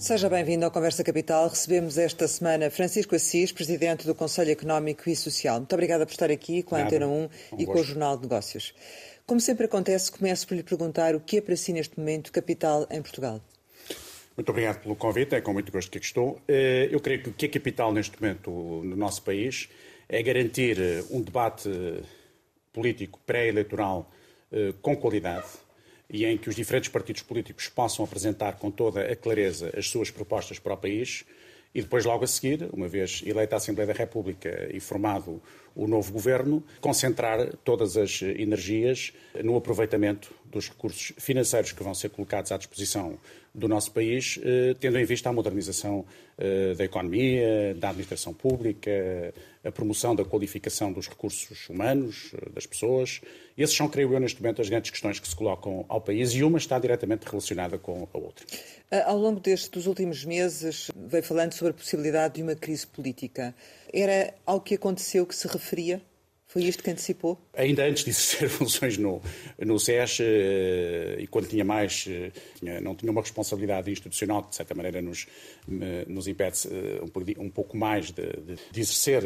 Seja bem-vindo ao Conversa Capital. Recebemos esta semana Francisco Assis, Presidente do Conselho Económico e Social. Muito obrigada por estar aqui com a Antena 1 e com o Jornal de Negócios. Como sempre acontece, começo por lhe perguntar o que é para si neste momento capital em Portugal. Muito obrigado pelo convite, é com muito gosto que aqui estou. Eu creio que o que é capital neste momento no nosso país é garantir um debate político pré-eleitoral com qualidade, e em que os diferentes partidos políticos possam apresentar com toda a clareza as suas propostas para o país e depois, logo a seguir, uma vez eleita a Assembleia da República e formado o novo governo, concentrar todas as energias no aproveitamento dos recursos financeiros que vão ser colocados à disposição do nosso país, tendo em vista a modernização da economia, da administração pública, a promoção da qualificação dos recursos humanos, das pessoas. Esses são, creio eu, neste momento, as grandes questões que se colocam ao país, e uma está diretamente relacionada com a outra. Ao longo dos últimos meses, veio falando sobre a possibilidade de uma crise política. Era ao que aconteceu que se referia? Foi isto que antecipou? Ainda antes de exercer funções no SES, e quando tinha não tinha uma responsabilidade institucional que, de certa maneira, nos impede um pouco mais de exercer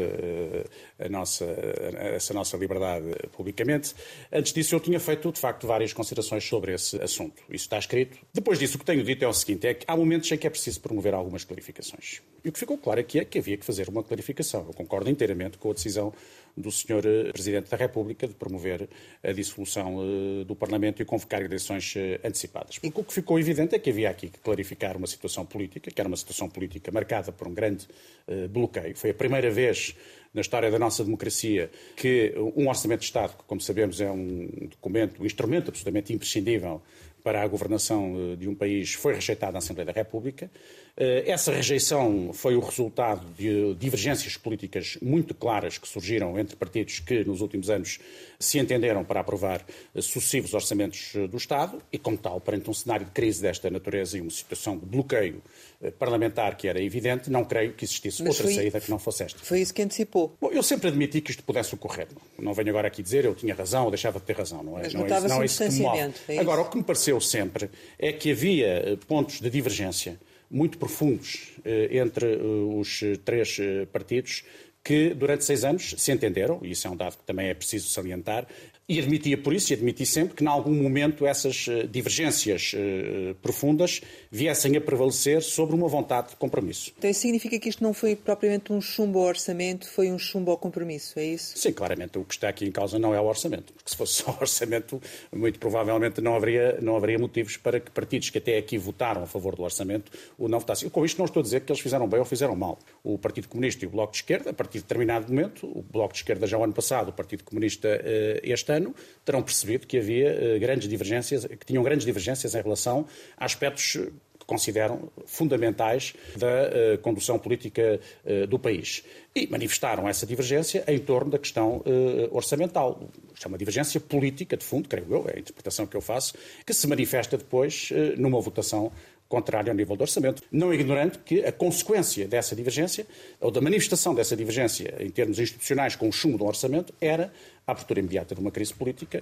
essa nossa liberdade publicamente. Antes disso, eu tinha feito, de facto, várias considerações sobre esse assunto. Isso está escrito. Depois disso, o que tenho dito é o seguinte, é que há momentos em que é preciso promover algumas clarificações. E o que ficou claro aqui é que havia que fazer uma clarificação. Eu concordo inteiramente com a decisão do Sr. Presidente da República de promover a dissolução do Parlamento e convocar eleições antecipadas. Porque o que ficou evidente é que havia aqui que clarificar uma situação política, que era uma situação política marcada por um grande bloqueio. Foi a primeira vez na história da nossa democracia que um Orçamento de Estado, que, como sabemos, é um documento, um instrumento absolutamente imprescindível para a governação de um país, foi rejeitado na Assembleia da República. Essa rejeição foi o resultado de divergências políticas muito claras que surgiram entre partidos que, nos últimos anos, se entenderam para aprovar sucessivos orçamentos do Estado e, como tal, perante um cenário de crise desta natureza e uma situação de bloqueio parlamentar que era evidente, não creio que existisse outra saída que não fosse esta. Foi isso que antecipou? Bom, eu sempre admiti que isto pudesse ocorrer. Não venho agora aqui dizer eu tinha razão ou deixava de ter razão. Mas notava-se um distanciamento. Agora, o que me pareceu sempre é que havia pontos de divergência muito profundos entre os três partidos que durante 6 anos se entenderam, e isso é um dado que também é preciso salientar, e admitia por isso, e admiti sempre, que em algum momento essas divergências profundas viessem a prevalecer sobre uma vontade de compromisso. Então isso significa que isto não foi propriamente um chumbo ao orçamento, foi um chumbo ao compromisso, é isso? Sim, claramente o que está aqui em causa não é o orçamento, porque se fosse só o orçamento, muito provavelmente não haveria motivos para que partidos que até aqui votaram a favor do orçamento o não votassem. Com isto não estou a dizer que eles fizeram bem ou fizeram mal. O Partido Comunista e o Bloco de Esquerda, a partir de determinado momento, o Bloco de Esquerda já o ano passado, o Partido Comunista este ano, terão percebido que havia grandes divergências, que tinham grandes divergências em relação a aspectos que consideram fundamentais da condução política do país. E manifestaram essa divergência em torno da questão orçamental. Isto é uma divergência política de fundo, creio eu, é a interpretação que eu faço, que se manifesta depois numa votação contrário ao nível do orçamento. Não ignorante que a consequência dessa divergência, ou da manifestação dessa divergência em termos institucionais com o chumbo do orçamento, era a abertura imediata de uma crise política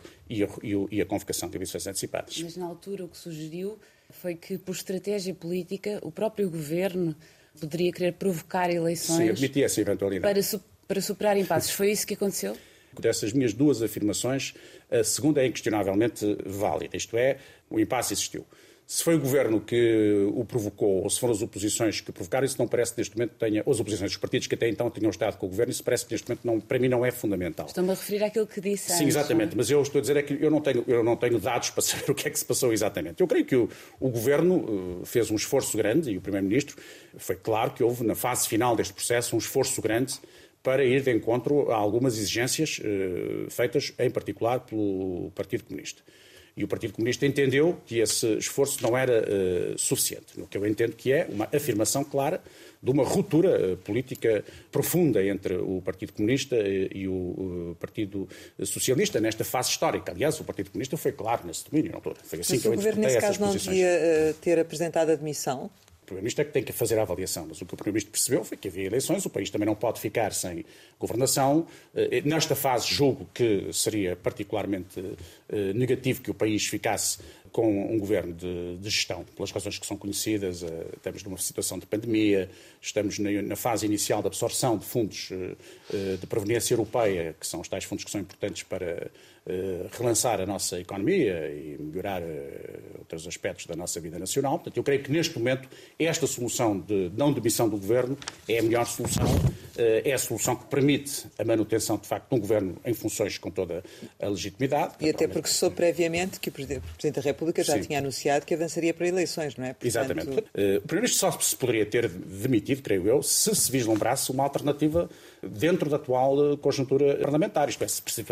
e a convocação de eleições antecipadas. Mas na altura o que sugeriu foi que, por estratégia política, o próprio governo poderia querer provocar eleições. Sim, admitia essa eventualidade. Para superar impasses. Foi isso que aconteceu? Dessas minhas duas afirmações, a segunda é inquestionavelmente válida, isto é, o impasse existiu. Se foi o governo que o provocou ou se foram as oposições que o provocaram, isso não parece que neste momento tenha, ou as oposições dos partidos que até então tinham estado com o governo, isso parece que neste momento para mim não é fundamental. Estou-me a referir àquilo que disse antes. Sim, exatamente, mas eu estou a dizer é que eu não tenho dados para saber o que é que se passou exatamente. Eu creio que o governo fez um esforço grande, e o Primeiro-Ministro, foi claro que houve na fase final deste processo um esforço grande para ir de encontro a algumas exigências feitas em particular pelo Partido Comunista. E o Partido Comunista entendeu que esse esforço não era suficiente. No que eu entendo que é uma afirmação clara de uma ruptura política profunda entre o Partido Comunista e o Partido Socialista nesta fase histórica. Aliás, o Partido Comunista foi claro nesse domínio. Não foi assim que eu interpretei essas posições. Mas o Governo, nesse caso, não devia ter apresentado admissão? O Primeiro-Ministro é que tem que fazer a avaliação, mas o que o Primeiro-Ministro percebeu foi que havia eleições, o país também não pode ficar sem governação. Nesta fase julgo que seria particularmente negativo que o país ficasse com um governo de gestão, pelas razões que são conhecidas. Estamos numa situação de pandemia, estamos na fase inicial de absorção de fundos de proveniência europeia, que são os tais fundos que são importantes para relançar a nossa economia e melhorar outros aspectos da nossa vida nacional. Portanto, eu creio que neste momento esta solução de não demissão do governo é a melhor solução, é a solução que permite a manutenção, de facto, de um governo em funções com toda a legitimidade. E até porque soube previamente que o Presidente da República já tinha anunciado que avançaria para eleições, não é? Portanto... Exatamente. O Primeiro-Ministro só se poderia ter demitido, creio eu, se vislumbrasse uma alternativa dentro da atual conjuntura parlamentar. Isto é,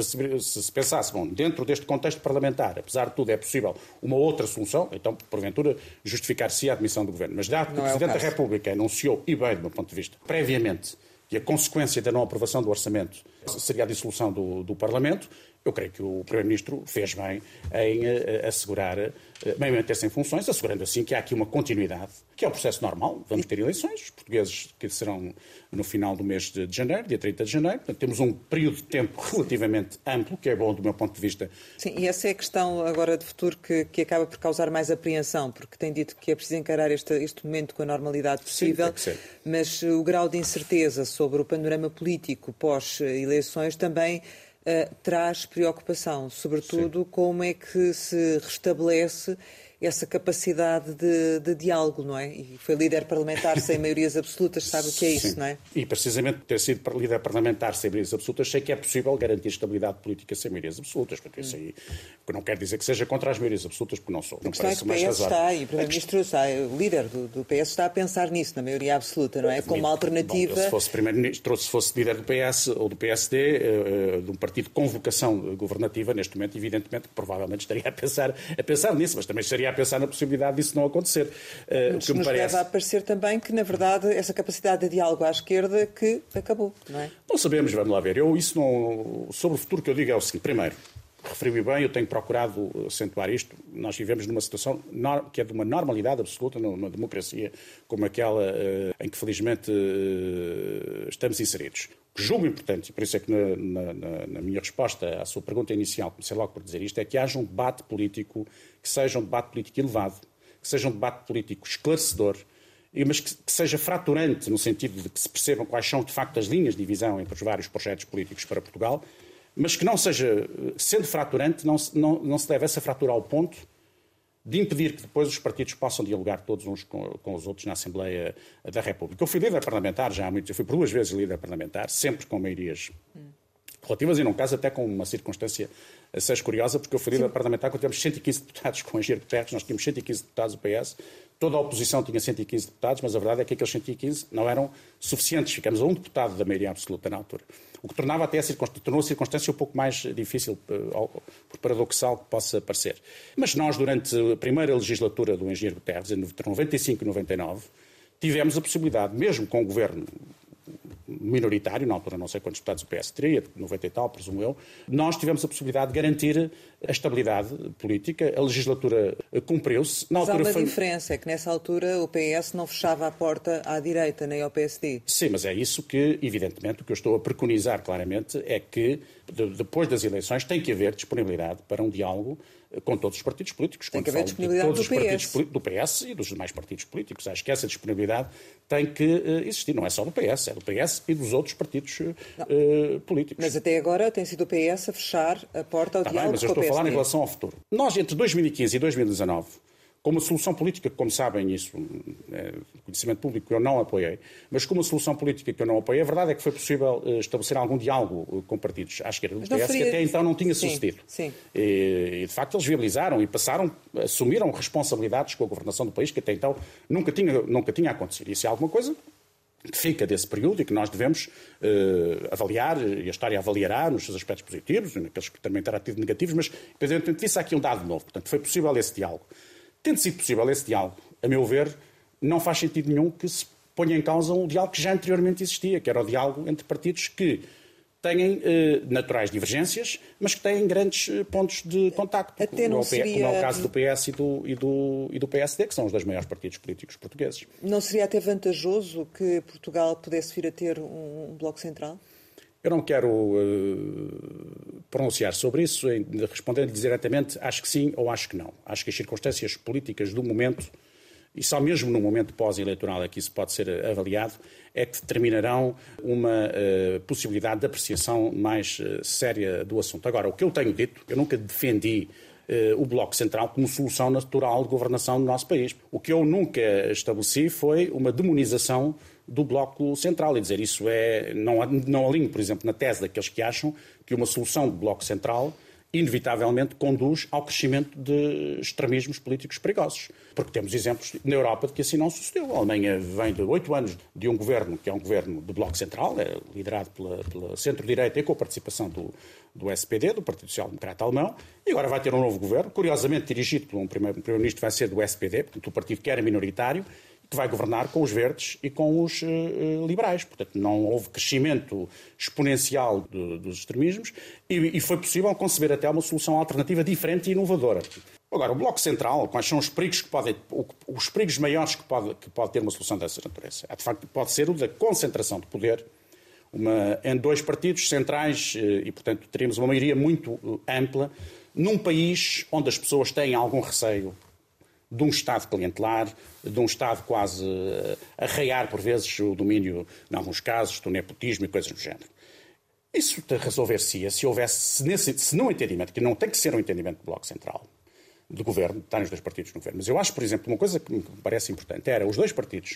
se pensasse, bom, dentro deste contexto parlamentar, apesar de tudo, é possível uma outra solução, então, porventura, justificar-se a admissão do governo. Mas dado que o Presidente da República anunciou, e bem, do meu ponto de vista, previamente, que a consequência da não aprovação do orçamento seria a dissolução do Parlamento, eu creio que o Primeiro-Ministro fez bem em assegurar, bem manter-se em funções, assegurando assim que há aqui uma continuidade, que é o processo normal. Vamos ter eleições, os portugueses que serão no final do mês de janeiro, dia 30 de janeiro. Portanto, temos um período de tempo relativamente amplo, que é bom do meu ponto de vista. Sim, e essa é a questão agora de futuro que acaba por causar mais apreensão, porque tem dito que é preciso encarar este momento com a normalidade possível, Sim, tem que ser. Mas o grau de incerteza sobre o panorama político pós-eleições também traz preocupação, sobretudo Sim. Como é que se restabelece essa capacidade de diálogo, não é? E foi líder parlamentar sem maiorias absolutas, sabe o que é isso, Sim. Não é? E precisamente ter sido líder parlamentar sem maiorias absolutas, sei que é possível garantir estabilidade política sem maiorias absolutas. Porque isso aí não quer dizer que seja contra as maiorias absolutas, porque não sou. Não parece mais razoável. E o Primeiro-Ministro, o líder do PS está a pensar nisso, na maioria absoluta, não é? Como alternativa... Bom, se fosse Primeiro-Ministro ou se fosse líder do PS ou do PSD, de um partido com vocação governativa, neste momento, evidentemente, provavelmente estaria a pensar nisso, mas também estaria a pensar na possibilidade disso não acontecer. Nos deve a parecer também que, na verdade, essa capacidade de diálogo à esquerda que acabou, não é? Não sabemos, vamos lá ver. Sobre o futuro que eu digo é o seguinte. Primeiro, referi-me bem, eu tenho procurado acentuar isto. Nós vivemos numa situação que é de uma normalidade absoluta numa democracia como aquela em que, felizmente, estamos inseridos. Julgo importante, e por isso é que na minha resposta à sua pergunta inicial, comecei logo por dizer isto, é que haja um debate político que seja um debate político elevado, que seja um debate político esclarecedor, mas que seja fraturante no sentido de que se percebam quais são, de facto, as linhas de divisão entre os vários projetos políticos para Portugal, mas que não seja, sendo fraturante, não se leve essa fratura ao ponto de impedir que depois os partidos possam dialogar todos uns com os outros na Assembleia da República. Eu fui líder parlamentar já há muito, eu fui por 2 vezes líder parlamentar, sempre com maiorias relativas e num caso até com uma circunstância a ser curiosa, porque eu fui líder parlamentar quando tivemos 115 deputados com o Engenheiro Guterres, nós tínhamos 115 deputados do PS, toda a oposição tinha 115 deputados, mas a verdade é que aqueles 115 não eram suficientes, ficamos a um deputado da maioria absoluta na altura. O que tornava até tornou a circunstância um pouco mais difícil, por paradoxal que possa parecer. Mas nós, durante a primeira legislatura do Engenheiro Guterres, entre 95 e 99, tivemos a possibilidade, mesmo com o governo minoritário, na altura não sei quantos deputados o PS teria, 90 e tal, presumo eu, nós tivemos a possibilidade de garantir a estabilidade política, a legislatura cumpriu-se. Mas há uma diferença, é que nessa altura o PS não fechava a porta à direita, nem ao PSD. Sim, mas é isso que, evidentemente, o que eu estou a preconizar claramente é que, depois das eleições, tem que haver disponibilidade para um diálogo com todos os partidos políticos. Tem que haver disponibilidade do PS. Do PS e dos demais partidos políticos. Acho que essa disponibilidade tem que existir. Não é só do PS, é do PS e dos outros partidos políticos. Mas até agora tem sido o PS a fechar a porta ao diálogo com o PSD. Mas eu estou a falar em relação ao futuro. Nós, entre 2015 e 2019, com uma solução política, como sabem, isso é conhecimento público que eu não apoiei, mas com uma solução política que eu não apoiei, a verdade é que foi possível estabelecer algum diálogo com partidos à esquerda do PS, que até então não tinha sucedido. Sim. E, de facto, eles viabilizaram e assumiram responsabilidades com a governação do país, que até então nunca tinha acontecido. Isso é alguma coisa que fica desse período e que nós devemos avaliar, e a história avaliará nos seus aspectos positivos, naqueles que também terá tido negativos, mas, evidentemente, disso há aqui um dado novo. Portanto, foi possível esse diálogo. Tendo sido possível esse diálogo, a meu ver, não faz sentido nenhum que se ponha em causa um diálogo que já anteriormente existia, que era o diálogo entre partidos que têm naturais divergências, mas que têm grandes pontos de contacto, como é o caso do PS e do PSD, que são os 2 maiores partidos políticos portugueses. Não seria até vantajoso que Portugal pudesse vir a ter um bloco central? Eu não quero pronunciar sobre isso, respondendo-lhe diretamente, acho que sim ou acho que não. Acho que as circunstâncias políticas do momento, e só mesmo no momento pós-eleitoral é que isso pode ser avaliado, é que determinarão uma possibilidade de apreciação mais séria do assunto. Agora, o que eu tenho dito, eu nunca defendi o Bloco Central como solução natural de governação do nosso país. O que eu nunca estabeleci foi uma demonização do Bloco Central e dizer isso não alinho, por exemplo, na tese daqueles que acham que uma solução do Bloco Central inevitavelmente conduz ao crescimento de extremismos políticos perigosos. Porque temos exemplos na Europa de que assim não sucedeu. A Alemanha vem de 8 anos de um governo que é um governo do Bloco Central, liderado pela centro-direita e com a participação do SPD, do Partido Social Democrata Alemão, e agora vai ter um novo governo, curiosamente dirigido por um primeiro-ministro que vai ser do SPD, portanto o partido que era minoritário, que vai governar com os verdes e com os liberais. Portanto, não houve crescimento exponencial dos extremismos e foi possível conceber até uma solução alternativa diferente e inovadora. Agora, o Bloco Central, quais são os perigos os perigos maiores que pode ter uma solução dessa natureza? De facto, pode ser o da concentração de poder em 2 partidos centrais e, portanto, teríamos uma maioria muito ampla num país onde as pessoas têm algum receio de um Estado clientelar, de um Estado quase a arraiar, por vezes, o domínio, em alguns casos, do nepotismo e coisas do género. Isso resolver-se-ia se houvesse, se não entendimento, que não tem que ser um entendimento do Bloco Central, do governo, de estarem os 2 partidos no governo. Mas eu acho, por exemplo, uma coisa que me parece importante era os 2 partidos,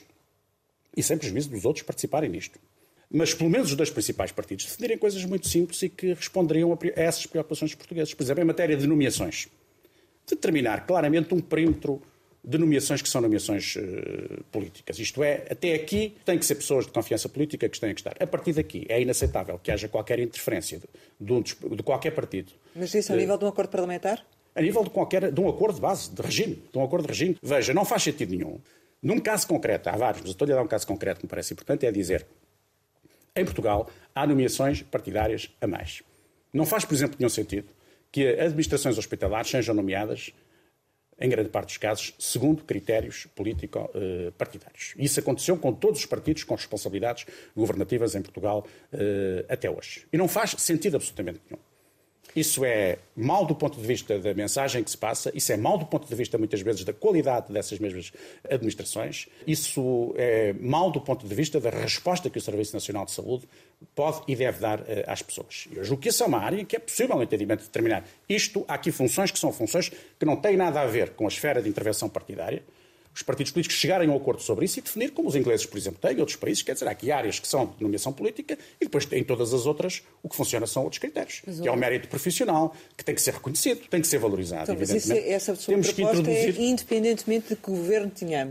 e sem prejuízo dos outros, participarem nisto. Mas pelo menos os 2 principais partidos defenderem coisas muito simples e que responderiam a essas preocupações dos portugueses. Por exemplo, em matéria de nomeações. Determinar claramente um perímetro de nomeações que são nomeações políticas. Isto é, até aqui tem que ser pessoas de confiança política que têm que estar. A partir daqui é inaceitável que haja qualquer interferência de qualquer partido. Mas isso a nível de um acordo parlamentar? A nível de um acordo de base, de regime. De um acordo de regime. Veja, não faz sentido nenhum. Num caso concreto, há vários, mas estou-lhe a dar um caso concreto que me parece importante, é dizer, em Portugal há nomeações partidárias a mais. Não faz, por exemplo, nenhum sentido que administrações hospitalares sejam nomeadas, em grande parte dos casos, segundo critérios político-partidários. Isso aconteceu com todos os partidos com responsabilidades governativas em Portugal até hoje. E não faz sentido absolutamente nenhum. Isso é mau do ponto de vista da mensagem que se passa, isso é mau do ponto de vista, muitas vezes, da qualidade dessas mesmas administrações, isso é mau do ponto de vista da resposta que o Serviço Nacional de Saúde pode e deve dar às pessoas. Eu julgo que essa é uma área que é possível, no entendimento, de determinar. Há aqui funções que são funções que não têm nada a ver com a esfera de intervenção partidária. Os partidos políticos chegarem a um acordo sobre isso e definir, como os ingleses, por exemplo, têm, outros países, quer dizer, há aqui áreas que são de nomeação política e depois em todas as outras o que funciona são outros critérios, que é o mérito profissional, que tem que ser reconhecido, tem que ser valorizado, então, evidentemente. Mas essa sua proposta é independentemente de que governo tenhamos.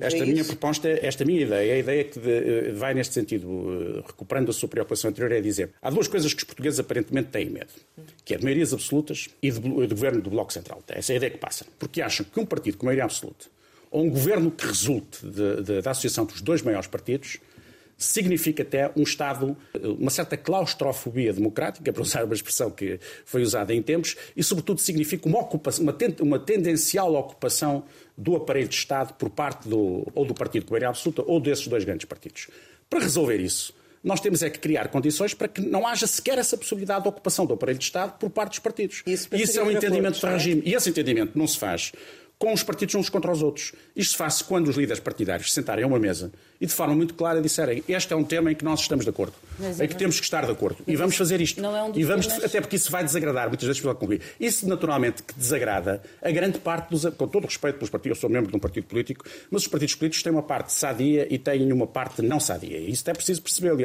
Esta minha ideia, a ideia que vai neste sentido, recuperando a sua preocupação anterior, é dizer, há 2 coisas que os portugueses aparentemente têm medo, que é de maiorias absolutas e de governo do Bloco Central. Essa é a ideia que passa. Porque acham que um partido com maioria absoluta ou um governo que resulte da associação dos 2 maiores partidos significa até um Estado, uma certa claustrofobia democrática, para usar uma expressão que foi usada em tempos, e sobretudo significa uma tendencial ocupação do aparelho de Estado por parte ou do partido com maioria absoluta ou desses 2 grandes partidos. Para resolver isso, nós temos é que criar condições para que não haja sequer essa possibilidade de ocupação do aparelho de Estado por parte dos partidos. Isso é um entendimento de regime. E esse entendimento não se faz com os partidos uns contra os outros. Isto faz-se quando os líderes partidários se sentarem a uma mesa e de forma muito clara disserem este é um tema em que nós estamos de acordo, em que temos que estar de acordo e vamos fazer isto. Não é um dos temas... Até porque isso vai desagradar, muitas vezes pela concluir. Isso naturalmente que desagrada a grande parte com todo o respeito pelos partidos, eu sou membro de um partido político, mas os partidos políticos têm uma parte sadia e têm uma parte não sadia. E isso é preciso perceber.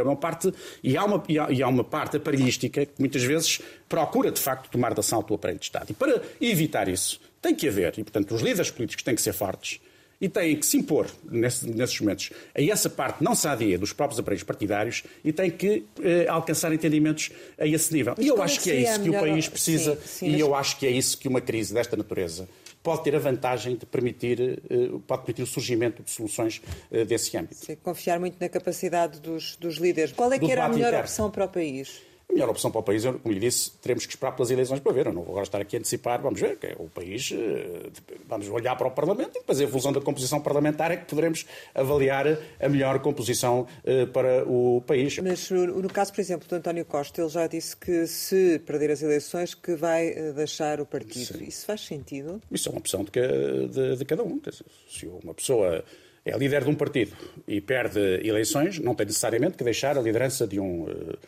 Há uma parte aparelhística que muitas vezes procura de facto tomar de assalto o aparelho de Estado. E para evitar isso, tem que haver, e portanto os líderes políticos têm que ser fortes e têm que se impor nesses momentos a essa parte não sadia dos próprios aparelhos partidários e têm que alcançar entendimentos a esse nível. E eu acho que é isso que o país precisa eu acho que é isso que uma crise desta natureza pode ter a vantagem de permitir o surgimento de soluções desse âmbito. Confiar muito na capacidade dos líderes. Qual é que era a melhor opção para o país? A melhor opção para o país, como lhe disse, teremos que esperar pelas eleições para ver. Eu não vou agora estar aqui a antecipar, vamos ver, que é o país, vamos olhar para o Parlamento e depois a evolução da composição parlamentar é que poderemos avaliar a melhor composição para o país. Mas no caso, por exemplo, do António Costa, ele já disse que se perder as eleições que vai deixar o partido. Sim. Isso faz sentido? Isso é uma opção de cada um. Se uma pessoa é líder de um partido e perde eleições, não tem necessariamente que deixar a liderança de um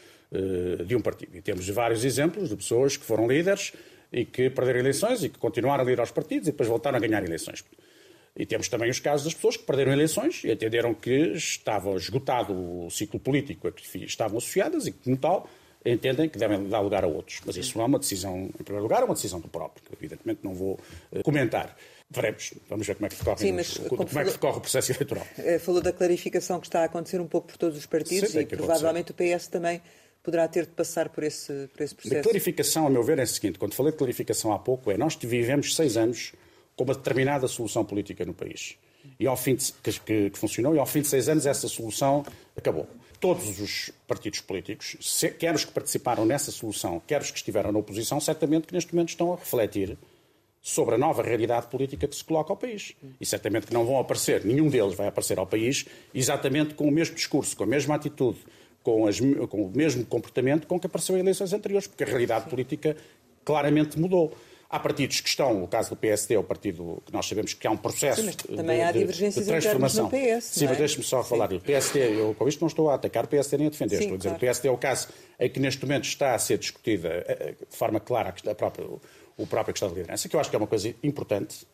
partido. E temos vários exemplos de pessoas que foram líderes e que perderam eleições e que continuaram a liderar os partidos e depois voltaram a ganhar eleições. E temos também os casos das pessoas que perderam eleições e entenderam que estava esgotado o ciclo político a que estavam associadas e que, como tal, entendem que devem dar lugar a outros. Mas isso não é uma decisão, em primeiro lugar, é uma decisão do próprio, que evidentemente não vou comentar. Veremos, vamos ver como é que decorre o processo eleitoral. Falou da clarificação que está a acontecer um pouco por todos os partidos. Sim, e provavelmente o PS também poderá ter de passar por esse processo. A clarificação, a meu ver, é o seguinte. Quando falei de clarificação há pouco, nós vivemos 6 anos com uma determinada solução política no país. E ao fim que funcionou, e ao fim de 6 anos essa solução acabou. Todos os partidos políticos, quer os que participaram nessa solução, quer os que estiveram na oposição, certamente que neste momento estão a refletir sobre a nova realidade política que se coloca ao país. E certamente que não vão aparecer, nenhum deles vai aparecer ao país exatamente com o mesmo discurso, com a mesma atitude, com o mesmo comportamento com que apareceu em eleições anteriores, porque a realidade política claramente mudou. Há partidos que estão, o caso do PSD é o partido que nós sabemos que há um processo também há divergências de transformação. No PS, sim, mas deixe-me só falar do PSD. Eu com isto não estou a atacar o PSD nem a defender. Estou a dizer que o PSD é o caso em que neste momento está a ser discutida de forma clara o próprio questão de liderança, que eu acho que é uma coisa importante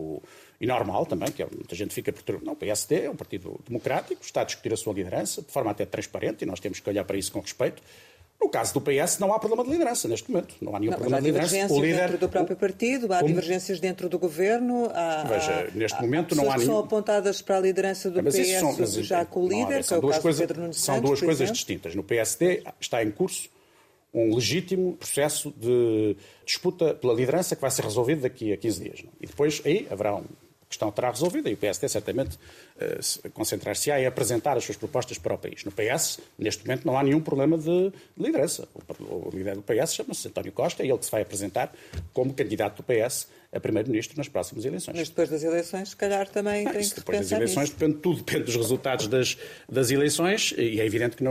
e normal também, que muita gente fica por... Não, o PSD é um partido democrático, está a discutir a sua liderança de forma até transparente e nós temos que olhar para isso com respeito. No caso do PS, não há problema de liderança neste momento. Não há nenhum problema de liderança. Há divergências dentro do próprio partido, há divergências dentro do governo. Veja, neste momento não há nenhum. São apontadas para a liderança do PS já com o líder, que é o caso do Pedro Nuno Santos. São duas coisas distintas. No PSD está em curso um legítimo processo de disputa pela liderança que vai ser resolvido daqui a 15 dias. E depois aí haverá uma questão que terá resolvida e o PSD certamente concentrar-se-á em apresentar as suas propostas para o país. No PS, neste momento, não há nenhum problema de liderança. O líder do PS chama-se António Costa, é ele que se vai apresentar como candidato do PS a primeiro-ministro nas próximas eleições. Mas depois das eleições, se calhar também tem que repensar depois das eleições, tudo depende dos resultados das eleições e é evidente que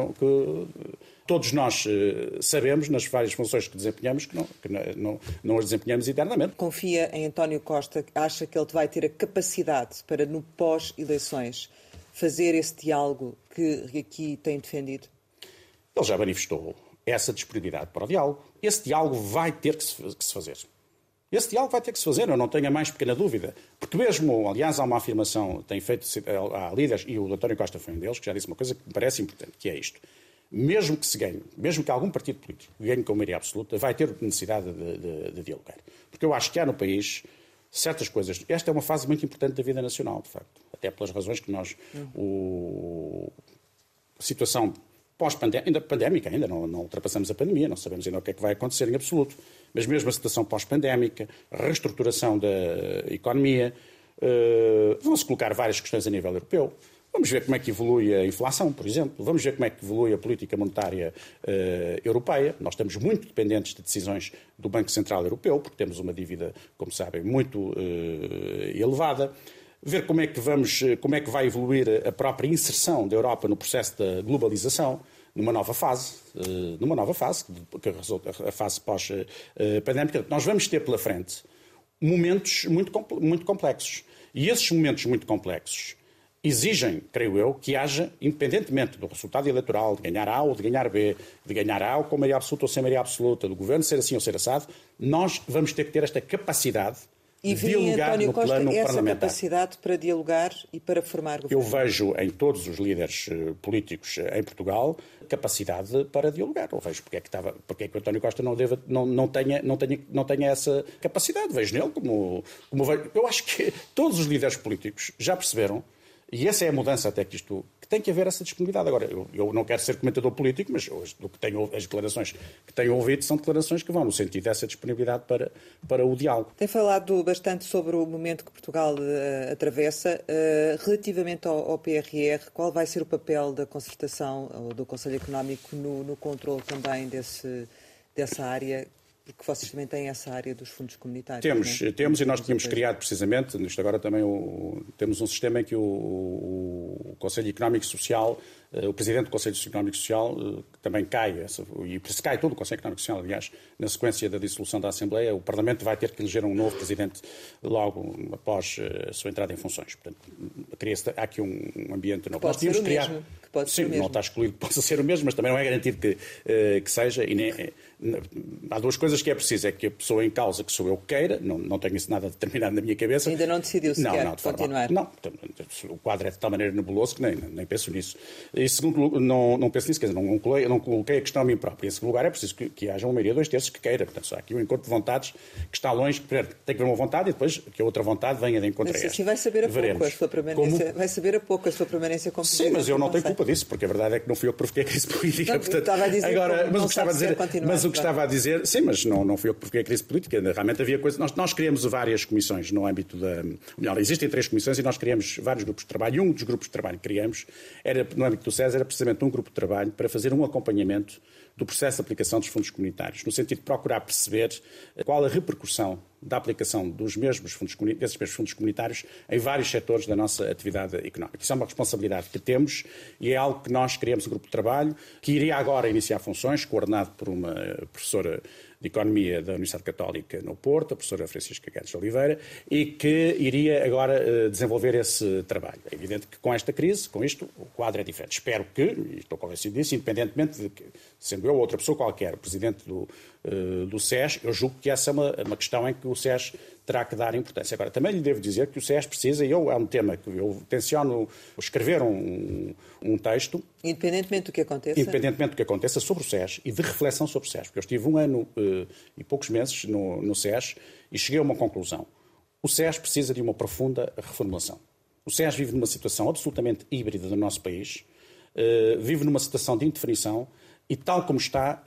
todos nós sabemos, nas várias funções que desempenhamos, que não as desempenhamos eternamente. Confia em António Costa, acha que ele vai ter a capacidade para, no pós-eleições, fazer esse diálogo que aqui tem defendido? Ele já manifestou essa disponibilidade para o diálogo. Esse diálogo vai ter que se fazer. Esse diálogo vai ter que se fazer, eu não tenho a mais pequena dúvida. Porque mesmo, aliás, há uma afirmação, tem feito, há líderes, e o António Costa foi um deles, que já disse uma coisa que me parece importante, que é isto. Mesmo que se ganhe, mesmo que algum partido político ganhe com maioria absoluta, vai ter necessidade de dialogar. Porque eu acho que há no país certas coisas. Esta é uma fase muito importante da vida nacional, de facto. Até pelas razões que nós... A situação pós-pandémica, ainda não ultrapassamos a pandemia, não sabemos ainda o que é que vai acontecer em absoluto. Mas mesmo a situação pós-pandémica, a reestruturação da economia, vão-se colocar várias questões a nível europeu. Vamos ver como é que evolui a inflação, por exemplo. Vamos ver como é que evolui a política monetária europeia. Nós estamos muito dependentes de decisões do Banco Central Europeu, porque temos uma dívida, como sabem, muito elevada. Ver como é que vai evoluir a própria inserção da Europa no processo da globalização, numa nova fase, que resulta a fase pós-pandémica. Nós vamos ter pela frente momentos muito complexos. E esses momentos muito complexos exigem, creio eu, que haja, independentemente do resultado eleitoral, de ganhar A ou de ganhar B, de ganhar A com maioria absoluta ou sem maioria absoluta, do governo ser assim ou ser assado, nós vamos ter que ter esta capacidade de dialogar no plano parlamentar. Essa capacidade para dialogar e para formar governo? Eu vejo em todos os líderes políticos em Portugal capacidade para dialogar. Eu vejo porque é que o António Costa não tenha essa capacidade. Vejo nele como vejo. Eu acho que todos os líderes políticos já perceberam E essa é a mudança até que tem que haver essa disponibilidade. Agora, eu não quero ser comentador político, mas as declarações que tenho ouvido são declarações que vão no sentido dessa disponibilidade para o diálogo. Tem falado bastante sobre o momento que Portugal atravessa. Relativamente ao PRR, qual vai ser o papel da concertação ou do Conselho Económico no controle também dessa área? Porque vocês também têm essa área dos fundos comunitários. Temos e nós tínhamos criado precisamente, isto agora também temos um sistema em que o Conselho Económico e Social, o Presidente do Conselho Económico e Social, que também cai, e se cai todo o Conselho Económico e Social, aliás, na sequência da dissolução da Assembleia, o Parlamento vai ter que eleger um novo Presidente logo após a sua entrada em funções. Portanto, há aqui um ambiente novo. Pode ser o mesmo. Sim, não está excluído que possa ser o mesmo, mas também não é garantido que seja. Há duas coisas que é preciso. É que a pessoa em causa, que sou eu, queira, não tenho isso nada determinado na minha cabeça. Ainda não decidiu se quer continuar? Não, o quadro é de tal maneira nebuloso que nem penso nisso. E segundo, não penso nisso, quer dizer, não coloquei a questão a mim próprio. Em segundo lugar, é preciso que haja uma maioria de 2/3 que queira. Portanto, há aqui um encontro de vontades que está longe, que tem que haver uma vontade e depois que a outra vontade venha de encontro a esta. Assim vai saber a pouco a sua permanência. Vai saber a pouco a sua permanência como Presidente. Sim, mas eu não tenho culpa disso, porque a verdade é que não fui eu que provoquei a crise política. Não, portanto, estava a dizer agora, mas o que estava a dizer, sim, mas não fui eu que provoquei a crise política. Realmente havia coisas. Nós criamos várias comissões no âmbito Melhor, existem 3 comissões e nós criamos vários grupos de trabalho. E um dos grupos de trabalho que criamos, no âmbito do SES, era precisamente um grupo de trabalho para fazer um acompanhamento do processo de aplicação dos fundos comunitários, no sentido de procurar perceber qual a repercussão da aplicação desses mesmos fundos comunitários em vários setores da nossa atividade económica. Isso é uma responsabilidade que temos e é algo que nós criamos um grupo de trabalho que iria agora iniciar funções, coordenado por uma professora de Economia da Universidade Católica no Porto, a professora Francisca Guedes de Oliveira, e que iria agora desenvolver esse trabalho. É evidente que com esta crise, com isto, o quadro é diferente. Espero que, e estou convencido disso, independentemente de que, sendo eu ou outra pessoa qualquer, presidente do SES, eu julgo que essa é uma questão em que o SES terá que dar importância. Agora, também lhe devo dizer que o SES precisa, é um tema que eu tenciono escrever um texto. Independentemente do que aconteça. Sobre o SES e de reflexão sobre o SES. Porque eu estive 1 ano e poucos meses no SES e cheguei a uma conclusão. O SES precisa de uma profunda reformulação. O SES vive numa situação absolutamente híbrida do nosso país, vive numa situação de indefinição e, tal como está,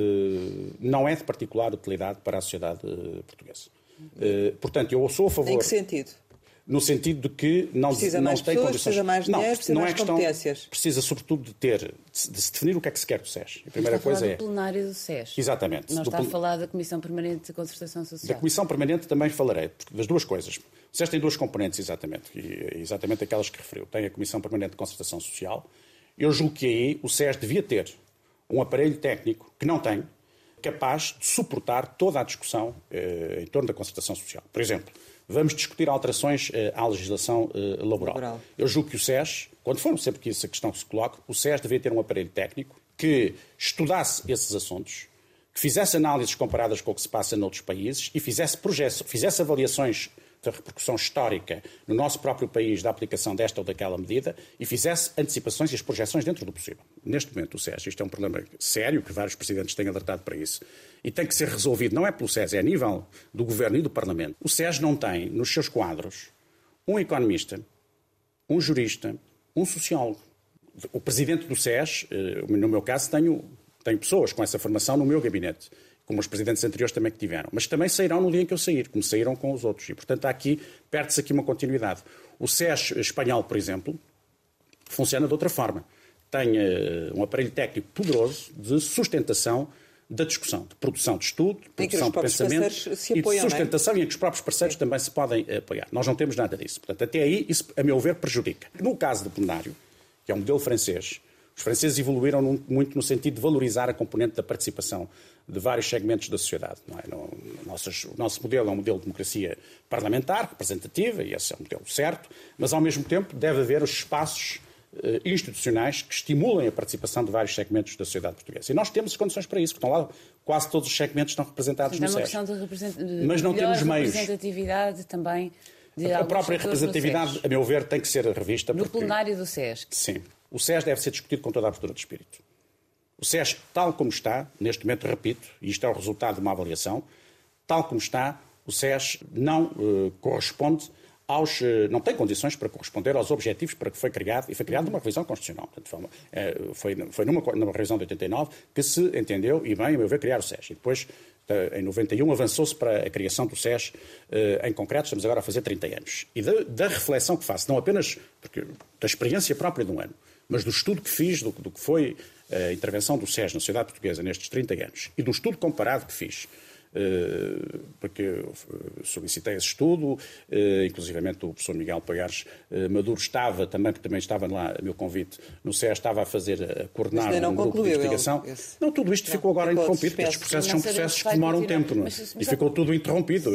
não é de particular utilidade para a sociedade portuguesa. Portanto, eu sou a favor... Em que sentido? No sentido de que não tem condições... Precisa mais dinheiro, precisa mais competências. Precisa, sobretudo, de se definir o que é que se quer do SES. A primeira coisa é... do plenário do SES. Exatamente. Não está a falar da Comissão Permanente de Concertação Social. Da Comissão Permanente também falarei, das duas coisas. O SES tem 2 componentes, exatamente, e exatamente aquelas que referiu. Tem a Comissão Permanente de Concertação Social. Eu julgo que aí o SES devia ter um aparelho técnico, que não tem, capaz de suportar toda a discussão em torno da concertação social. Por exemplo, vamos discutir alterações à legislação laboral. Eu julgo que o SES, quando for sempre que essa questão se coloque, o SES devia ter um aparelho técnico que estudasse esses assuntos, que fizesse análises comparadas com o que se passa noutros países e fizesse avaliações da repercussão histórica no nosso próprio país da aplicação desta ou daquela medida e fizesse antecipações e as projeções dentro do possível. Neste momento, o SES, isto é um problema sério, que vários presidentes têm alertado para isso, e tem que ser resolvido, não é pelo SES, é a nível do Governo e do Parlamento. O SES não tem, nos seus quadros, um economista, um jurista, um sociólogo. O presidente do SES, no meu caso, tenho pessoas com essa formação no meu gabinete, como os presidentes anteriores também que tiveram. Mas também sairão no dia em que eu sair, como saíram com os outros. E, portanto, perde-se aqui uma continuidade. O SES espanhol, por exemplo, funciona de outra forma. Tem um aparelho técnico poderoso de sustentação da discussão, de produção de estudo, de produção de pensamento e de sustentação, e em que os próprios parceiros também se podem apoiar. Nós não temos nada disso. Portanto, até aí, isso, a meu ver, prejudica. No caso do plenário, que é um modelo francês, os franceses evoluíram muito no sentido de valorizar a componente da participação de vários segmentos da sociedade. Não é? O nosso modelo é um modelo de democracia parlamentar, representativa, e esse é um modelo certo, mas, ao mesmo tempo, deve haver os espaços institucionais que estimulem a participação de vários segmentos da sociedade portuguesa. E nós temos as condições para isso, porque estão lá, quase todos os segmentos estão representados no SES. Mas não temos meios. Representatividade também. A própria representatividade, a meu ver, tem que ser revista. No plenário do SES. Sim. O SES deve ser discutido com toda a abertura de espírito. O SES, tal como está, neste momento, repito, e isto é o resultado de uma avaliação, tal como está, o SES não corresponde não tem condições para corresponder aos objetivos para que foi criado, e foi criado numa revisão constitucional. Portanto, foi numa revisão de 89 que se entendeu, e bem, a meu ver, criar o SES. E depois, em 91, avançou-se para a criação do SES, em concreto, estamos agora a fazer 30 anos. E da reflexão que faço, não apenas da experiência própria de um ano, mas do estudo que fiz, do que foi a intervenção do SES na sociedade portuguesa nestes 30 anos, e do estudo comparado que fiz, porque solicitei esse estudo, inclusivamente o professor Miguel Pagares Maduro estava também, porque também estava lá a meu convite no SES, estava a coordenar um grupo de investigação. Não, tudo isto ficou agora interrompido, porque estes processos são processos que demoram tempo, não é? E ficou tudo interrompido.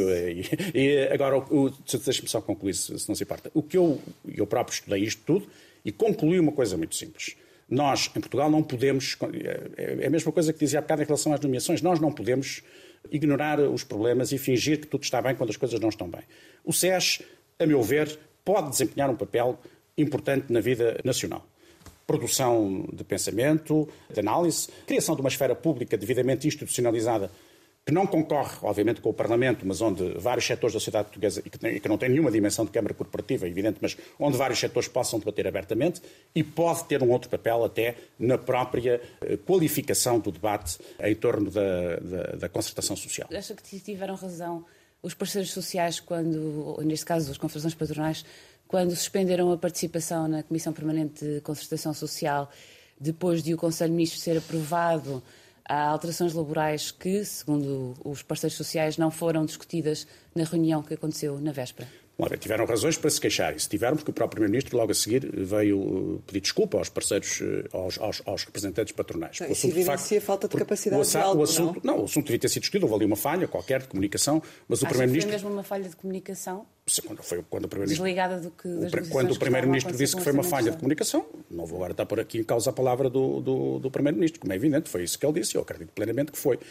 E agora, deixe-me só concluir, se não se importa. O que eu próprio estudei isto tudo e concluí uma coisa muito simples. Nós, em Portugal, não podemos... É a mesma coisa que dizia há bocado em relação às nomeações. Nós não podemos ignorar os problemas e fingir que tudo está bem quando as coisas não estão bem. O SES, a meu ver, pode desempenhar um papel importante na vida nacional. Produção de pensamento, de análise, criação de uma esfera pública devidamente institucionalizada, que não concorre, obviamente, com o Parlamento, mas onde vários setores da sociedade portuguesa, e que não tem nenhuma dimensão de Câmara Corporativa, evidente, mas onde vários setores possam debater abertamente, e pode ter um outro papel até na própria qualificação do debate em torno da concertação social. Acha que tiveram razão os parceiros sociais, quando, neste caso as confederações patronais, quando suspenderam a participação na Comissão Permanente de Concertação Social, depois de o Conselho de Ministros ser aprovado, há alterações laborais que, segundo os parceiros sociais, não foram discutidas na reunião que aconteceu na véspera? Bom, tiveram razões para se queixar. E se tiveram, porque o próprio Primeiro-Ministro, logo a seguir, veio pedir desculpa aos parceiros, aos representantes patronais. Isso evidencia a falta de capacidade de diálogo, não? O assunto devia ter sido discutido. Houve ali uma falha qualquer de comunicação, mas o Primeiro-Ministro... Foi mesmo uma falha de comunicação? Quando o Primeiro-Ministro... Desligada do que... Quando o Primeiro-Ministro disse que foi uma falha de comunicação, não vou agora estar por aqui em causa a palavra do Primeiro-Ministro, como é evidente, foi isso que ele disse, eu acredito plenamente que foi.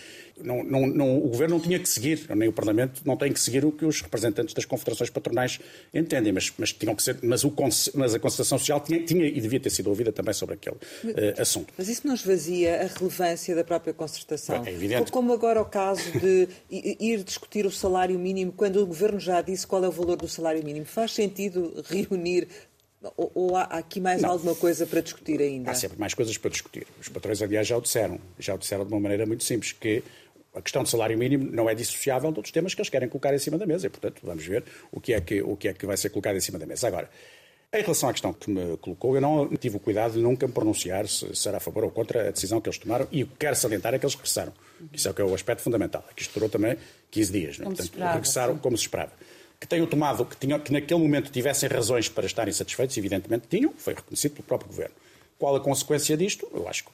O Governo não tinha que seguir, nem o Parlamento não tem que seguir o que os representantes das confederações patronais entendem, mas tinham que ser, mas a concertação social tinha e devia ter sido ouvida também sobre aquele assunto. Mas isso não esvazia a relevância da própria concertação? É evidente. Como agora o caso de ir discutir o salário mínimo, quando o Governo já disse qual é o valor do salário mínimo. Faz sentido reunir ou há aqui mais alguma coisa para discutir ainda? Há sempre mais coisas para discutir. Os patrões, aliás, já o disseram de uma maneira muito simples, que a questão do salário mínimo não é dissociável de outros temas que eles querem colocar em cima da mesa. E, portanto, vamos ver o que é que vai ser colocado em cima da mesa. Agora, em relação à questão que me colocou, eu não tive o cuidado de nunca me pronunciar se será a favor ou contra a decisão que eles tomaram, e o que quero salientar é que eles regressaram. Isso é o que é o aspecto fundamental. É que isto durou também 15 dias. Né? Portanto, regressaram como se esperava. Que tenham tomado, que naquele momento tivessem razões para estarem satisfeitos, evidentemente tinham, foi reconhecido pelo próprio Governo. Qual a consequência disto? Eu acho que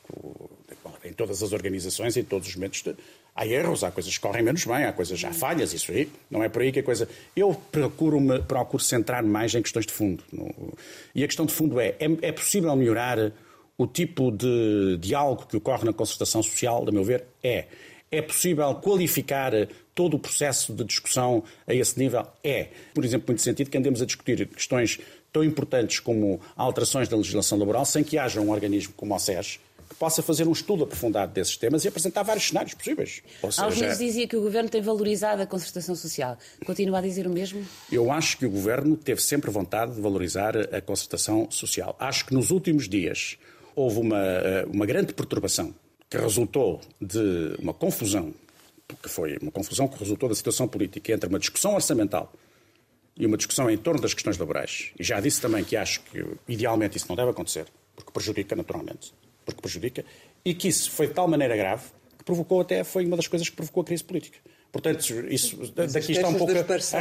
em todas as organizações, em todos os momentos, há erros, há coisas que correm menos bem, há falhas, isso aí, não é por aí que a coisa... Eu procuro centrar mais em questões de fundo. E a questão de fundo é possível melhorar o tipo de diálogo que ocorre na concertação social, a meu ver? É possível qualificar todo o processo de discussão a esse nível? Por exemplo, muito sentido que andemos a discutir questões tão importantes como alterações da legislação laboral sem que haja um organismo como o SES que possa fazer um estudo aprofundado desses temas e apresentar vários cenários possíveis. Alguns dizia que o Governo tem valorizado a concertação social. Continua a dizer o mesmo? Eu acho que o Governo teve sempre vontade de valorizar a concertação social. Acho que nos últimos dias houve uma grande perturbação que resultou de uma confusão, que foi uma confusão que resultou da situação política entre uma discussão orçamental e uma discussão em torno das questões laborais. E já disse também que acho que, idealmente, isso não deve acontecer, porque prejudica naturalmente. E que isso foi de tal maneira grave que foi uma das coisas que provocou a crise política. Portanto, daqui está um pouco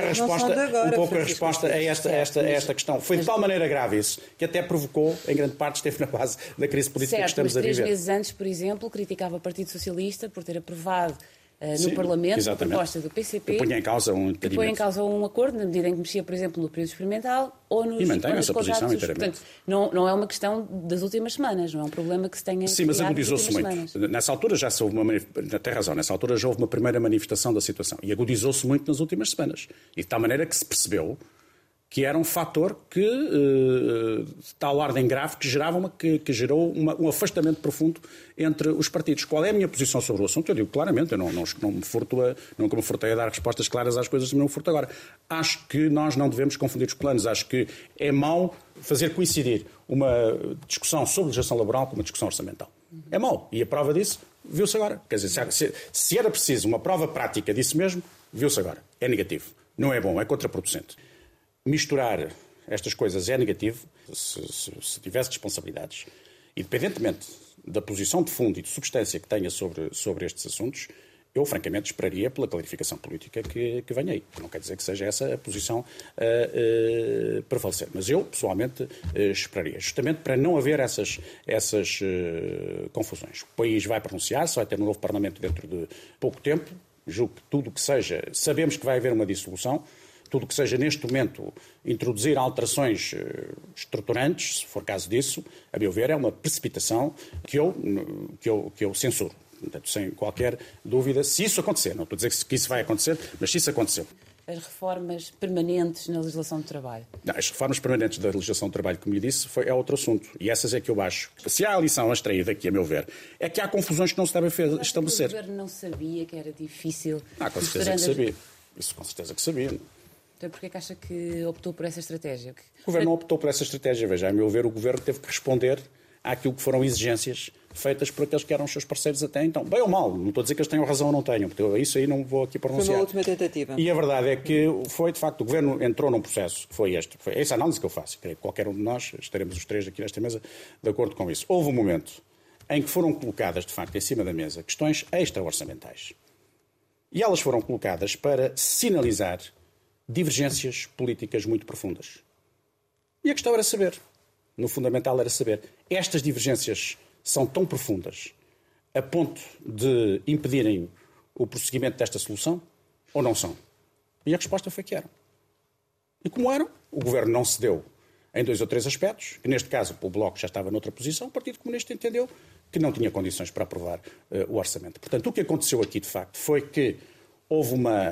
a resposta a esta questão. Foi de tal maneira grave isso, que até provocou, em grande parte, esteve na base da crise política que estamos a viver. 3 meses antes, por exemplo, criticava o Partido Socialista por ter aprovado no Parlamento a proposta do PCP que põe em causa um acordo, na medida em que mexia, por exemplo, no período experimental ou nos... E mantém essa posição inteiramente. Portanto, não é uma questão das últimas semanas, não é um problema que se tenha... Sim, mas agudizou-se muito. Nessa altura já houve tem razão, nessa altura já houve uma primeira manifestação da situação e agudizou-se muito nas últimas semanas. E de tal maneira que se percebeu que era um fator que, de tal ordem grave, que gerou um afastamento profundo entre os partidos. Qual é a minha posição sobre o assunto? Eu digo claramente, eu nunca me furtei a dar respostas claras às coisas, não me furto agora. Acho que nós não devemos confundir os planos. Acho que é mau fazer coincidir uma discussão sobre legislação laboral com uma discussão orçamental. É mau. E a prova disso viu-se agora. Quer dizer, se era preciso uma prova prática disso mesmo, viu-se agora. É negativo. Não é bom, é contraproducente. Misturar estas coisas é negativo, se tivesse responsabilidades, independentemente da posição de fundo e de substância que tenha sobre estes assuntos, eu francamente esperaria pela clarificação política que venha aí. Não quer dizer que seja essa a posição a prevalecer, mas eu, pessoalmente, esperaria, justamente para não haver essas confusões. O país vai pronunciar-se, vai ter um novo Parlamento dentro de pouco tempo, julgo que tudo o que seja, sabemos que vai haver uma dissolução, tudo o que seja, neste momento, introduzir alterações estruturantes, se for caso disso, a meu ver, é uma precipitação que eu censuro. Portanto, sem qualquer dúvida, se isso acontecer, não estou a dizer que isso vai acontecer, mas se isso acontecer. As reformas permanentes na legislação do trabalho? Não, as reformas permanentes da legislação do trabalho, como lhe disse, é outro assunto. E essas é que eu acho. Se há a lição a extrair daqui, a meu ver, é que há confusões que não se devem estabelecer. O governo não sabia que era difícil? Com certeza que sabia. Isso com certeza que sabia. Então, porquê é que acha que optou por essa estratégia? O Governo não optou por essa estratégia. Veja, a meu ver, o Governo teve que responder àquilo que foram exigências feitas por aqueles que eram os seus parceiros até então. Bem ou mal, não estou a dizer que eles tenham razão ou não tenham, porque isso aí não vou aqui pronunciar. Foi uma última tentativa. E a verdade é que foi, de facto, o Governo entrou num processo, foi essa análise que eu faço. Creio que qualquer um de nós, estaremos os três aqui nesta mesa, de acordo com isso. Houve um momento em que foram colocadas, de facto, em cima da mesa, questões extra-orçamentais. E elas foram colocadas para sinalizar divergências políticas muito profundas. E a questão era saber, no fundamental era saber, estas divergências são tão profundas a ponto de impedirem o prosseguimento desta solução ou não são? E a resposta foi que eram. E como eram, o Governo não cedeu em 2 ou 3 aspectos, que neste caso o Bloco já estava noutra posição, o Partido Comunista entendeu que não tinha condições para aprovar o orçamento. Portanto, o que aconteceu aqui, de facto, foi que houve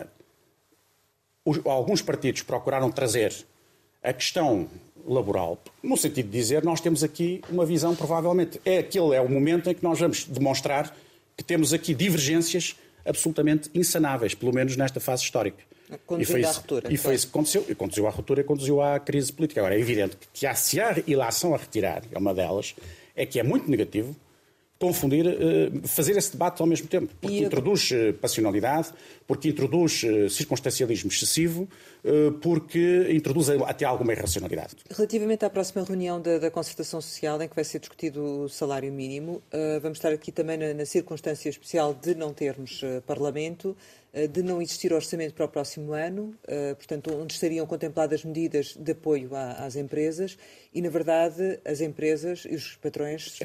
alguns partidos procuraram trazer a questão laboral, no sentido de dizer, nós temos aqui uma visão, provavelmente, aquele é o momento em que nós vamos demonstrar que temos aqui divergências absolutamente insanáveis, pelo menos nesta fase histórica. Conduzindo à ruptura. E foi isso que aconteceu. E conduziu à ruptura e conduziu à crise política. Agora, é evidente que se há ilação a retirar, é uma delas, é que é muito negativo confundir, fazer esse debate ao mesmo tempo, porque introduz passionalidade, porque introduz circunstancialismo excessivo, porque introduz até alguma irracionalidade. Relativamente à próxima reunião da Concertação Social, em que vai ser discutido o salário mínimo, vamos estar aqui também na circunstância especial de não termos Parlamento, de não existir orçamento para o próximo ano, portanto, onde estariam contempladas medidas de apoio às empresas e, na verdade, as empresas e os patrões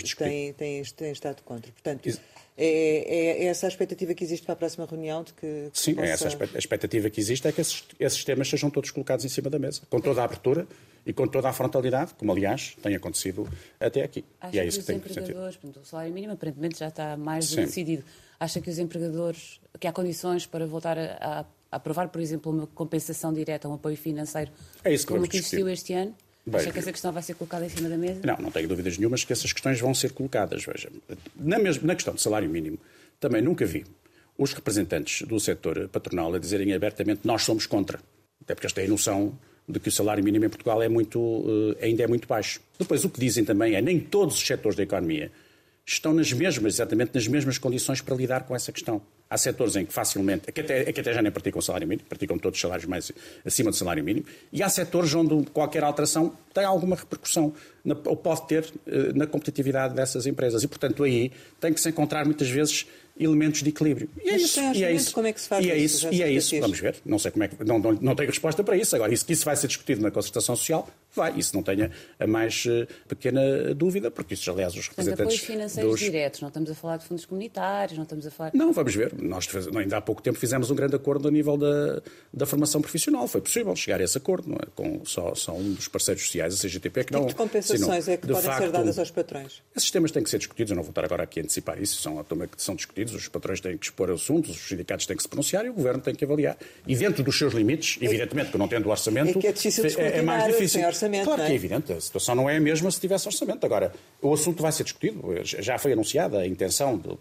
têm estado contra. Portanto, é essa a expectativa que existe para a próxima reunião? Sim, a expectativa que existe é que esses temas sejam todos colocados em cima da mesa, com toda a abertura e com toda a frontalidade, como, aliás, tem acontecido até aqui. Acha que os empregadores, o salário mínimo, aparentemente, já está mais decidido. Acha que os empregadores, que há condições para voltar a aprovar, por exemplo, uma compensação direta, um apoio financeiro, como que existiu este ano? Acha que essa questão vai ser colocada em cima da mesa? Não tenho dúvidas nenhumas que essas questões vão ser colocadas. Veja, na questão do salário mínimo, também nunca vi os representantes do setor patronal a dizerem abertamente nós somos contra. Até porque eles têm noção de que o salário mínimo em Portugal ainda é muito baixo. Depois, o que dizem também é nem todos os setores da economia estão exatamente nas mesmas condições para lidar com essa questão. Há setores em que facilmente, que até já nem praticam o salário mínimo, praticam todos os salários mais acima do salário mínimo, e há setores onde qualquer alteração tem alguma repercussão, ou pode ter, na competitividade dessas empresas. E, portanto, aí tem que se encontrar muitas vezes elementos de equilíbrio. E é isso. Como é que se faz isso? E é isso. Vamos ver. Não sei como é que... Não tenho resposta para isso. Agora, isso vai ser discutido na concertação social, vai. Isso não tenha a mais pequena dúvida, porque isso, aliás, os representantes... Apoios financeiros diretos. Não estamos a falar de fundos comunitários, não estamos a falar... Não, vamos ver. Nós, ainda há pouco tempo, fizemos um grande acordo a nível da formação profissional. Foi possível chegar a esse acordo, não é? Com só um dos parceiros sociais, a CGTP, que não... Que tipo de compensações é que podem ser dadas aos patrões? Esses temas têm que ser discutidos. Eu não vou estar agora aqui a antecipar isso. São discutidos. medos, os patrões têm que expor assuntos, os sindicatos têm que se pronunciar e o Governo tem que avaliar. E dentro dos seus limites, evidentemente que não tendo orçamento, é difícil é mais difícil. Sem orçamento, claro não é? que é evidente, a situação não é a mesma se tivesse orçamento. Agora, o assunto vai ser discutido, já foi anunciada a intenção do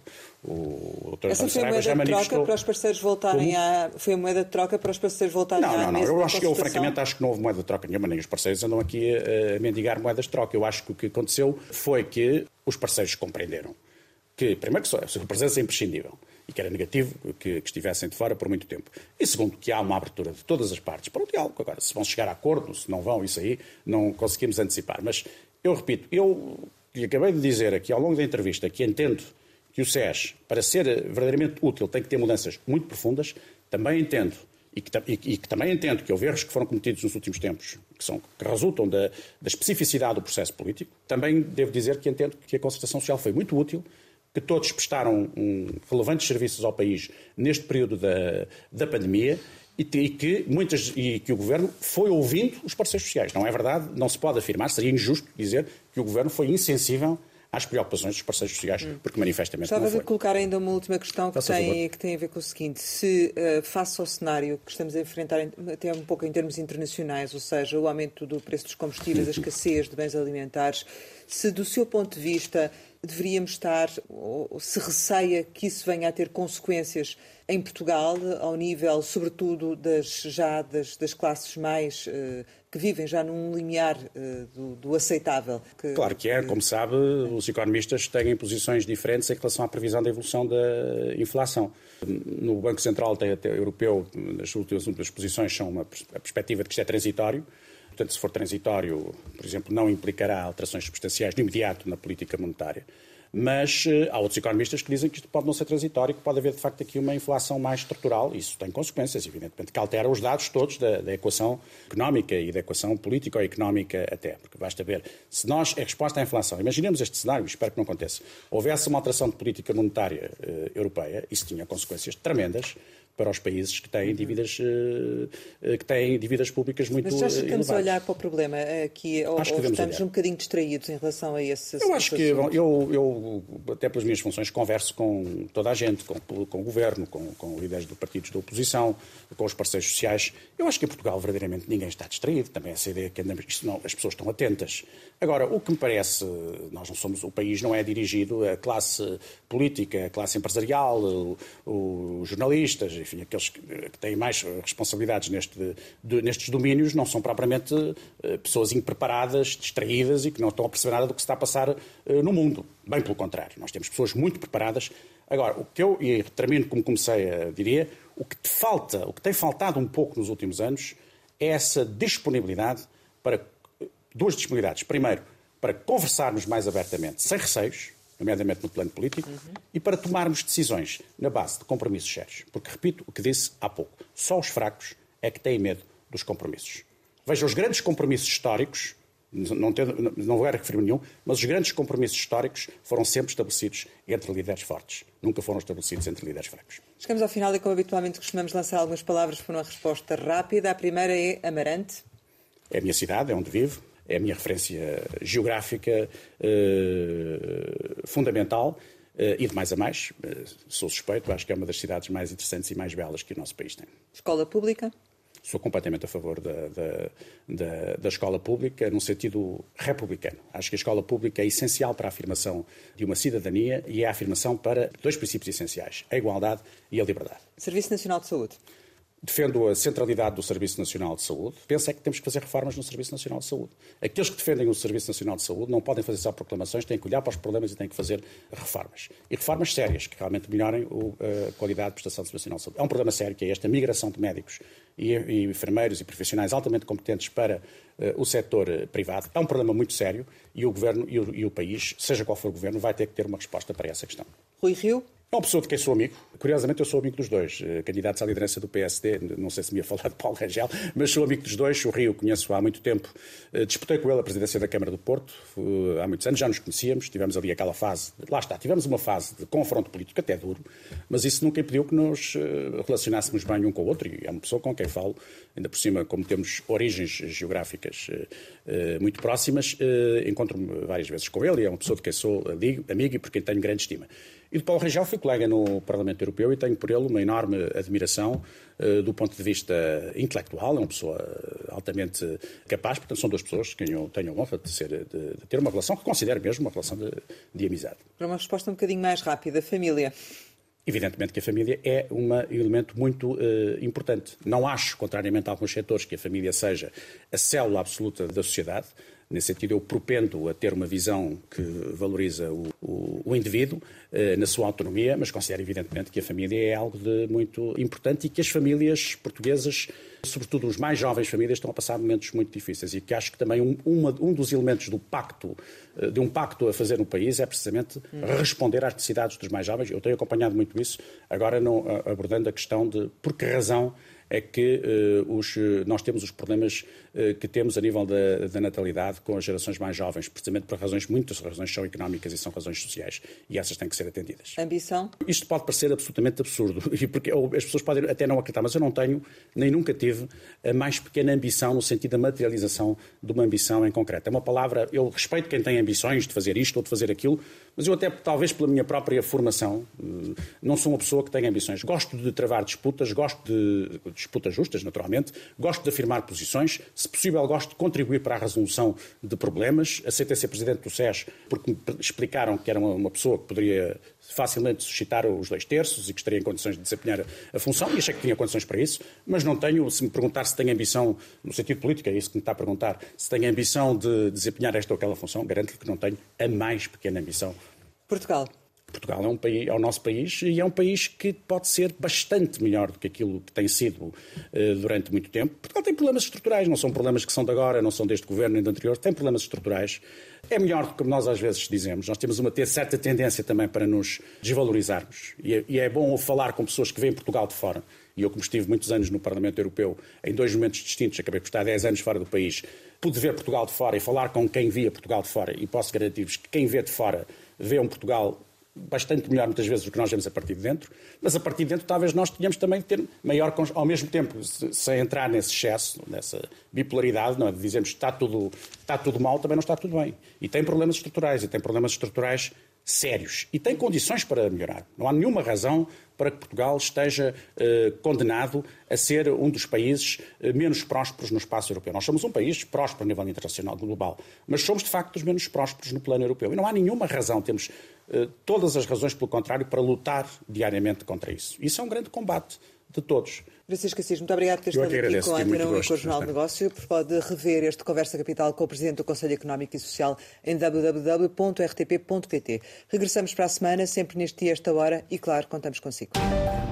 Dr. Essa foi a moeda de troca para os parceiros voltarem Foi a moeda de troca para os parceiros voltarem à mesa da concertação? Francamente, acho que não houve moeda de troca nenhuma, nem os parceiros andam aqui a mendigar moedas de troca. Eu acho que o que aconteceu foi que os parceiros compreenderam que, primeiro, que a sua presença é imprescindível e que era negativo que estivessem de fora por muito tempo. E segundo, que há uma abertura de todas as partes para o diálogo. Agora, se vão chegar a acordo, se não vão, isso aí não conseguimos antecipar. Mas, eu repito, eu acabei de dizer aqui ao longo da entrevista que entendo que o SES, para ser verdadeiramente útil, tem que ter mudanças muito profundas. Também entendo, e que também entendo que houve erros que foram cometidos nos últimos tempos, que resultam da especificidade do processo político. Também devo dizer que entendo que a concertação social foi muito útil, que todos prestaram relevantes serviços ao país neste período da pandemia e que o Governo foi ouvindo os parceiros sociais. Não é verdade, não se pode afirmar, seria injusto dizer que o Governo foi insensível às preocupações dos parceiros sociais, porque manifestamente não foi. Gostava de colocar ainda uma última questão que tem a ver com o seguinte. Se, face ao cenário que estamos a enfrentar até um pouco em termos internacionais, ou seja, o aumento do preço dos combustíveis, a escassez de bens alimentares, se do seu ponto de vista deveríamos estar, ou se receia que isso venha a ter consequências em Portugal, ao nível, sobretudo, das classes mais que vivem já num limiar do aceitável. Claro que é. Como sabe, os economistas têm posições diferentes em relação à previsão da evolução da inflação. No Banco Central Europeu, nas últimas posições, são a perspectiva de que isto é transitório. Portanto, se for transitório, por exemplo, não implicará alterações substanciais de imediato na política monetária. Mas há outros economistas que dizem que isto pode não ser transitório, que pode haver, de facto, aqui uma inflação mais estrutural. Isso tem consequências, evidentemente, que altera os dados todos da equação económica e da equação político-económica até. Porque basta ver, se nós, em resposta à inflação, imaginemos este cenário, espero que não aconteça, houvesse uma alteração de política monetária europeia, isso tinha consequências tremendas para os países que têm dívidas públicas muito elevadas. Mas já estamos a olhar para o problema aqui, ou estamos um bocadinho distraídos em relação a esse assunto? Eu acho que eu, até pelas minhas funções, converso com toda a gente, com o Governo, com líderes de partidos da oposição, com os parceiros sociais. Eu acho que em Portugal, verdadeiramente, ninguém está distraído. Também essa ideia que as pessoas estão atentas. Agora, o que me parece, o país não é dirigido à classe política, à classe empresarial, os jornalistas, enfim, aqueles que têm mais responsabilidades nestes domínios não são propriamente pessoas impreparadas, distraídas e que não estão a perceber nada do que se está a passar no mundo. Bem pelo contrário, nós temos pessoas muito preparadas. Agora, e termino como comecei diria, o que tem faltado um pouco nos últimos anos é essa disponibilidade para duas disponibilidades. Primeiro, para conversarmos mais abertamente, sem receios, nomeadamente no plano político, e para tomarmos decisões na base de compromissos sérios. Porque, repito o que disse há pouco, só os fracos é que têm medo dos compromissos. Veja, os grandes compromissos históricos, não vou referir nenhum, mas os grandes compromissos históricos foram sempre estabelecidos entre líderes fortes. Nunca foram estabelecidos entre líderes fracos. Chegamos ao final e, como habitualmente, costumamos lançar algumas palavras para uma resposta rápida. A primeira é Amarante. É a minha cidade, é onde vivo. É a minha referência geográfica fundamental e de mais a mais. Sou suspeito, acho que é uma das cidades mais interessantes e mais belas que o nosso país tem. Escola pública? Sou completamente a favor da escola pública no sentido republicano. Acho que a escola pública é essencial para a afirmação de uma cidadania e é a afirmação para dois princípios essenciais, a igualdade e a liberdade. Serviço Nacional de Saúde? Defendo a centralidade do Serviço Nacional de Saúde. Penso é que temos que fazer reformas no Serviço Nacional de Saúde. Aqueles que defendem o Serviço Nacional de Saúde não podem fazer só proclamações, têm que olhar para os problemas e têm que fazer reformas. E reformas sérias, que realmente melhorem a qualidade de prestação do Serviço Nacional de Saúde. É um problema sério, que é esta migração de médicos e enfermeiros e profissionais altamente competentes para o setor privado. É um problema muito sério e o Governo e o país, seja qual for o Governo, vai ter que ter uma resposta para essa questão. Rui Rio? É uma pessoa de quem sou amigo. Curiosamente, eu sou amigo dos dois. Candidatos à liderança do PSD, não sei se me ia falar de Paulo Rangel, mas sou amigo dos dois. O Rio conheço há muito tempo. Disputei com ele a presidência da Câmara do Porto há muitos anos, já nos conhecíamos. Tivemos ali aquela fase, tivemos uma fase de confronto político até duro, mas isso nunca impediu que nos relacionássemos bem um com o outro. E é uma pessoa com quem falo, ainda por cima, como temos origens geográficas muito próximas, encontro-me várias vezes com ele e é uma pessoa de quem sou amigo e por quem tenho grande estima. E de Paulo Rangel fui colega no Parlamento Europeu e tenho por ele uma enorme admiração do ponto de vista intelectual. É uma pessoa altamente capaz, portanto são duas pessoas que tenho a honra de ter uma relação que considero mesmo uma relação de amizade. Para uma resposta um bocadinho mais rápida, família. Evidentemente que a família é um elemento muito importante. Não acho, contrariamente a alguns setores, que a família seja a célula absoluta da sociedade. Nesse sentido, eu propendo a ter uma visão que valoriza o indivíduo na sua autonomia, mas considero evidentemente que a família é algo de muito importante e que as famílias portuguesas, sobretudo os mais jovens famílias, estão a passar momentos muito difíceis e que acho que também um dos elementos de um pacto a fazer no país é precisamente responder às necessidades dos mais jovens. Eu tenho acompanhado muito isso, agora não abordando a questão de por que razão é que nós temos os problemas que temos a nível da natalidade com as gerações mais jovens, precisamente por muitas razões são económicas e são razões sociais, e essas têm que ser atendidas. Ambição? Isto pode parecer absolutamente absurdo, porque as pessoas podem até não acreditar, mas eu não tenho, nem nunca tive, a mais pequena ambição no sentido da materialização de uma ambição em concreto. É uma palavra, eu respeito quem tem ambições de fazer isto ou de fazer aquilo, mas eu até, talvez pela minha própria formação, não sou uma pessoa que tenha ambições. Gosto de travar disputas, gosto de disputas justas, naturalmente, gosto de afirmar posições, se possível gosto de contribuir para a resolução de problemas. Aceitei ser presidente do SES porque me explicaram que era uma pessoa que poderia facilmente suscitar os 2/3 e que estaria em condições de desempenhar a função, e achei que tinha condições para isso, mas não tenho, se me perguntar se tenho ambição, no sentido político, é isso que me está a perguntar, se tenho ambição de desempenhar esta ou aquela função, garanto-lhe que não tenho a mais pequena ambição. Portugal é um país, é o nosso país, e é um país que pode ser bastante melhor do que aquilo que tem sido durante muito tempo. Portugal tem problemas estruturais, não são problemas que são de agora, não são deste governo nem do anterior, tem problemas estruturais. É melhor do que nós às vezes dizemos. Nós temos uma certa tendência também para nos desvalorizarmos. E é bom falar com pessoas que veem Portugal de fora. E eu, como estive muitos anos no Parlamento Europeu, em 2 momentos distintos, acabei por estar 10 anos fora do país, pude ver Portugal de fora e falar com quem via Portugal de fora, e posso garantir-vos que quem vê de fora vê um Portugal bastante melhor muitas vezes do que nós vemos a partir de dentro, mas a partir de dentro talvez nós tenhamos também de ter maior, ao mesmo tempo, sem entrar nesse excesso, nessa bipolaridade, não é? De dizermos que está tudo mal, também não está tudo bem. E tem problemas estruturais sérios. E tem condições para melhorar. Não há nenhuma razão para que Portugal esteja condenado a ser um dos países menos prósperos no espaço europeu. Nós somos um país próspero a nível internacional, global, mas somos, de facto, os menos prósperos no plano europeu. E não há nenhuma razão, temos todas as razões, pelo contrário, para lutar diariamente contra isso. Isso é um grande combate de todos. Francisco Assis, muito obrigado por ter estado aqui com a Antena 1 e com o Jornal de Negócio. Pode rever este Conversa Capital com o Presidente do Conselho Económico e Social em www.rtp.pt. Regressamos para a semana, sempre neste dia, esta hora, e claro, contamos consigo.